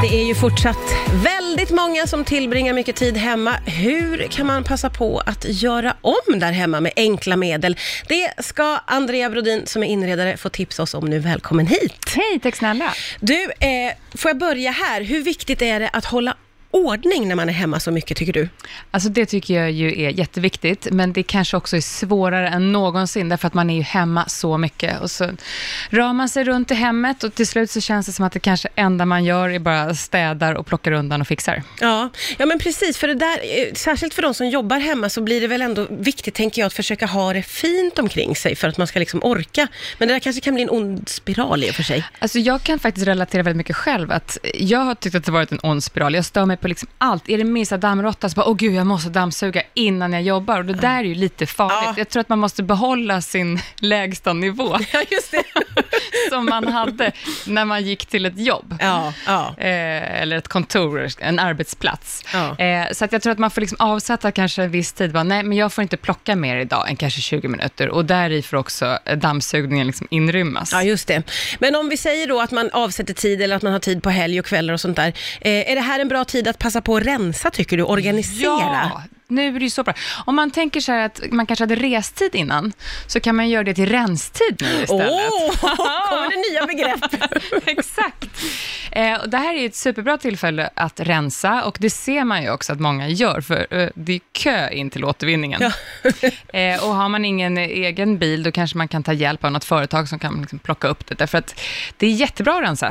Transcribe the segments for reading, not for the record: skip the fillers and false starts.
Det är ju fortsatt väldigt många som tillbringar mycket tid hemma. Hur kan man passa på att göra om där hemma med enkla medel? Det ska Andrea Brodin som är inredare få tipsa oss om nu. Välkommen hit. Hej, tack snälla. Du, får jag börja här? Hur viktigt är det att hålla ordning när man är hemma så mycket, tycker du? Alltså det tycker jag ju är jätteviktigt, men det kanske också är svårare än någonsin därför att man är ju hemma så mycket och så rör man sig runt i hemmet och till slut så känns det som att det kanske enda man gör är bara städar och plockar undan och fixar. Ja men precis, för det där, särskilt för de som jobbar hemma så blir det väl ändå viktigt, tänker jag, att försöka ha det fint omkring sig för att man ska liksom orka. Men det där kanske kan bli en ond spiral i och för sig. Alltså jag kan faktiskt relatera väldigt mycket själv att jag har tyckt att det varit en ond spiral. Jag stör mig på liksom allt. Är det minsta dammråtta så bara, gud, jag måste dammsuga innan jag jobbar. Och det där är ju lite farligt. Ja. Jag tror att man måste behålla sin lägsta nivå. Ja, just det. Som man hade när man gick till ett jobb. Ja. Eller ett kontor, en arbetsplats. Ja. Så att jag tror att man får liksom avsätta kanske en viss tid. Bara, nej, men jag får inte plocka mer idag än kanske 20 minuter. Och där i får också dammsugningen liksom inrymmas. Ja, just det. Men om vi säger då att man avsätter tid eller att man har tid på helg och kvällar och sånt där. Är det här en bra tid att passa på att rensa, tycker du? Organisera? Ja, nu är det ju så bra. Om man tänker så här att man kanske hade restid innan, så kan man göra det till renstid nu istället. Kommer det nya begrepp? Exakt. Och det här är ett superbra tillfälle att rensa, och det ser man ju också att många gör, för det är kö in till återvinningen. Ja. Och har man ingen egen bil, då kanske man kan ta hjälp av något företag som kan liksom plocka upp det, därför att det är jättebra att rensa.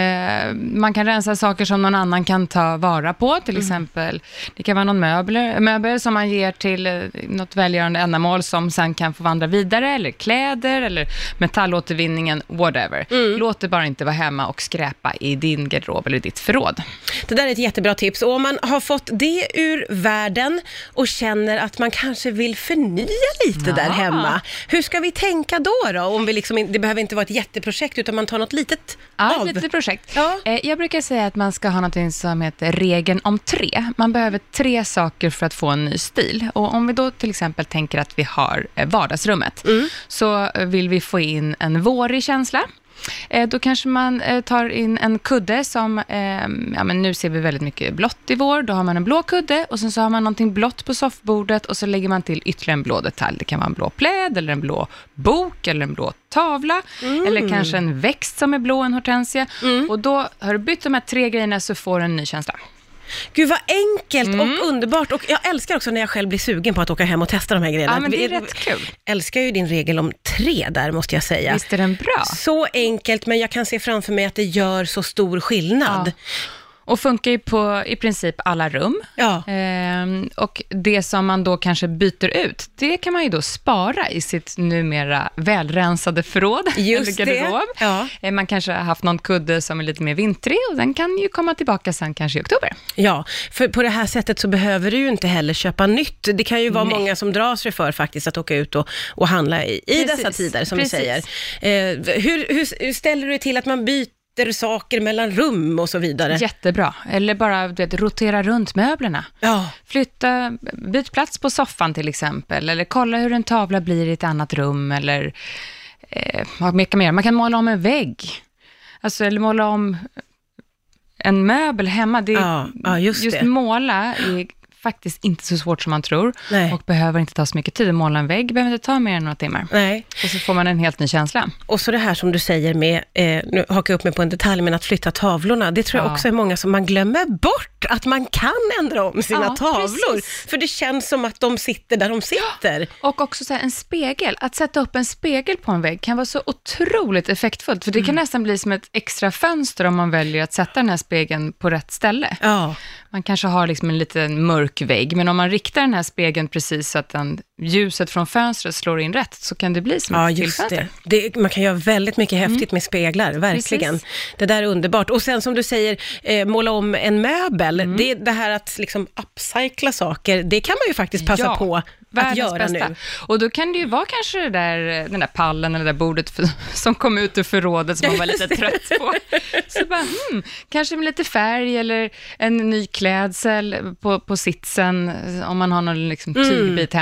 Man kan rensa saker som någon annan kan ta vara på, till exempel, det kan vara någon möbel som man ger till något välgörande ändamål som sen kan få vandra vidare, eller kläder, eller metallåtervinningen, whatever. Låt det bara inte vara hemma och skräpa i din garderob eller ditt förråd. Det där är ett jättebra tips. Och om man har fått det ur världen och känner att man kanske vill förnya lite där hemma, hur ska vi tänka då? Om vi liksom, det behöver inte vara ett jätteprojekt, utan man tar något litet av. Ett litet projekt. Ja. Jag brukar säga att man ska ha något som heter regeln om 3. Man behöver 3 saker för att få en ny stil. Och om vi då till exempel tänker att vi har vardagsrummet, så vill vi få in en vårig känsla. Då kanske man tar in en kudde som, men nu ser vi väldigt mycket blått i vår. Då har man en blå kudde och sen så har man någonting blått på soffbordet och så lägger man till ytterligare en blå detalj. Det kan vara en blå pläd eller en blå bok eller en blå tavla eller kanske en växt som är blå, en hortensia. Och då har du bytt de här 3 grejerna så får du en ny känsla. Gud, vad enkelt och underbart. Och jag älskar också när jag själv blir sugen på att åka hem och testa de här grejerna. Ja, men det är rätt kul. Älskar ju din regel om 3 där, måste jag säga. Visst är den bra? Så enkelt, men jag kan se framför mig att det gör så stor skillnad. Ja. Och funkar ju på i princip alla rum. Ja. Och det som man då kanske byter ut, det kan man ju då spara i sitt numera välrensade förråd. Just eller garderob. Det. Ja. Man kanske har haft någon kudde som är lite mer vintrig och den kan ju komma tillbaka sen kanske i oktober. Ja, för på det här sättet så behöver du ju inte heller köpa nytt. Det kan ju vara många som drar sig för faktiskt att åka ut och handla i dessa tider, som du säger. Hur ställer du dig till att man byter saker mellan rum och så vidare? Jättebra. Eller bara rotera runt möblerna. Ja. Byt plats på soffan till exempel. Eller kolla hur en tavla blir i ett annat rum. Eller vad mycket mer. Man kan måla om en vägg. Alltså, eller måla om en möbel hemma. Just måla är faktiskt inte så svårt som man tror. Nej. Och behöver inte ta så mycket tid. Måla en vägg behöver inte ta mer än några timmar. Nej. Och så får man en helt ny känsla. Och så det här som du säger med, nu hakar jag upp mig på en detalj, men att flytta tavlorna, det tror jag också är många som man glömmer bort att man kan ändra om sina tavlor. Precis. För det känns som att de sitter där de sitter. Ja. Och också så här, en spegel. Att sätta upp en spegel på en vägg kan vara så otroligt effektfullt. För det kan nästan bli som ett extra fönster om man väljer att sätta den här spegeln på rätt ställe. Ja. Man kanske har liksom en liten mörk vägg, men om man riktar den här spegeln precis så att ljuset från fönstret slår in rätt, så kan det bli som ett tillfönster. Man kan göra väldigt mycket häftigt med speglar, verkligen. Precis. Det där är underbart. Och sen som du säger, måla om en möbel, det här att liksom upcycla saker, det kan man ju faktiskt passa på att göra bästa. Nu. Och då kan det ju vara kanske den där pallen eller det där bordet som kom ut ur förrådet som man var lite trött på. Så bara, kanske med lite färg eller en ny klädsel på sitsen, om man har någon liksom tygbit hemma, så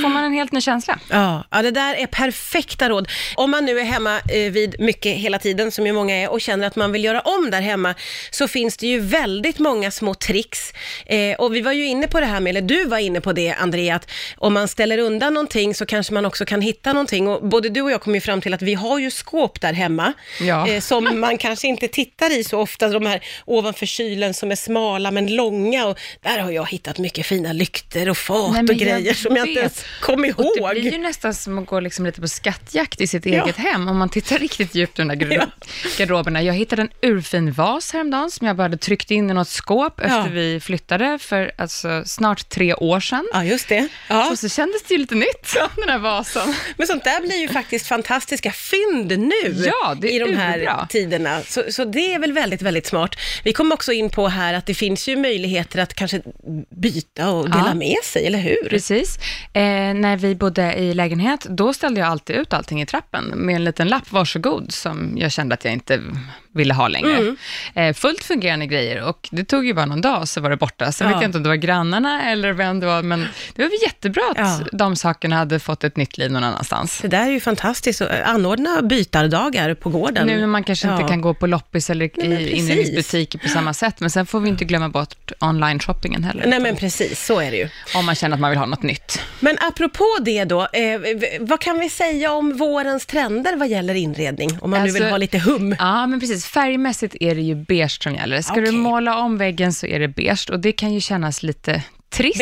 får man en helt ny känsla. Ja, det där är perfekta råd. Om man nu är hemma vid mycket hela tiden, som ju många är, och känner att man vill göra om där hemma, så finns det ju väldigt många små tricks. Och vi var ju inne på det här med, eller du var inne på det, Andrea, att om man ställer undan någonting så kanske man också kan hitta någonting. Och både du och jag kom ju fram till att vi har ju skåp där hemma, som man kanske inte tittar i så ofta, de här ovanför kylen som är smala men långa, och där har jag hittat mycket fina lykter och fat och grejer som jag inte ens kom ihåg. Och det blir ju nästan som att gå liksom lite på skattjakt i sitt eget hem, om man tittar riktigt djupt i de där garderoberna. Jag hittade en urfin vas häromdagen som jag bara hade tryckt in i något skåp efter vi flyttade för snart 3 år sedan. Ja, just det. Och så kändes det ju lite nytt, den här vasen. Men sånt där blir ju faktiskt fantastiska fynd nu i de här tiderna. Så det är väl väldigt, väldigt smart. Vi kom också in på här att det finns ju möjligheter att kanske byta och dela med sig, eller hur? Precis. När vi bodde i lägenhet, då ställde jag alltid ut allting i trappen med en liten lapp, varsågod, som jag kände att jag inte ville ha längre. Fullt fungerande grejer, och det tog ju bara någon dag så var det borta. Sen vet jag inte om det var grannarna eller vem det var, men det var jättebra att de sakerna hade fått ett nytt liv någon annanstans. Det där är ju fantastiskt, att anordna bytardagar på gården. Nu när man kanske inte kan gå på loppis eller i inredningsbutiker på samma sätt, men sen får vi inte glömma bort online-shoppingen heller. Nej, men precis, så är det ju. Om man känner att man vill ha något nytt. Men apropå det då, vad kan vi säga om vårens trender vad gäller inredning? Om man nu vill ha lite hum. Ja, men precis. Färgmässigt är det ju beige som gäller. Ska du måla om väggen så är det beige, och det kan ju kännas lite trist.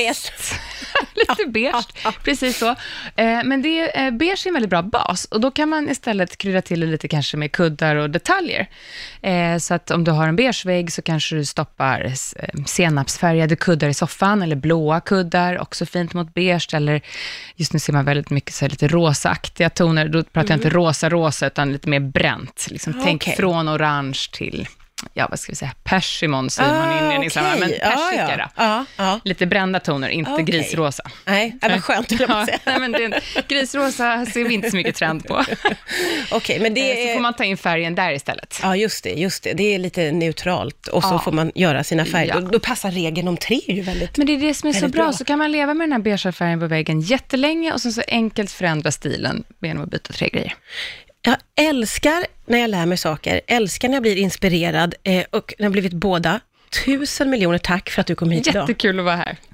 Lite beige, precis så. Men beige är en väldigt bra bas, och då kan man istället krydda till det lite kanske med kuddar och detaljer. Så att om du har en beige vägg så kanske du stoppar senapsfärgade kuddar i soffan, eller blåa kuddar, också fint mot beige, eller just nu ser man väldigt mycket så här lite rosaaktiga toner. Då pratar jag inte rosa utan lite mer bränt. Liksom, tänk från orange till vad ska vi säga, persimon säger man inledningsvis, men persika då. Lite brända toner, inte grisrosa. Nej, det var skönt att säga. Nej, men grisrosa ser vi inte så mycket trend på. Men så får man ta in färgen där istället. Ja, just det. Det är lite neutralt, och så får man göra sina färger. Då passar regeln om 3 ju väldigt. Men det är det som är så bra, så kan man leva med den här beigea färgen på väggen jättelänge, och så enkelt förändra stilen genom att byta 3 grejer. Jag älskar när jag lär mig saker, älskar när jag blir inspirerad, och när jag blivit båda. 1000 miljoner tack för att du kom hit idag. Jättekul att vara här.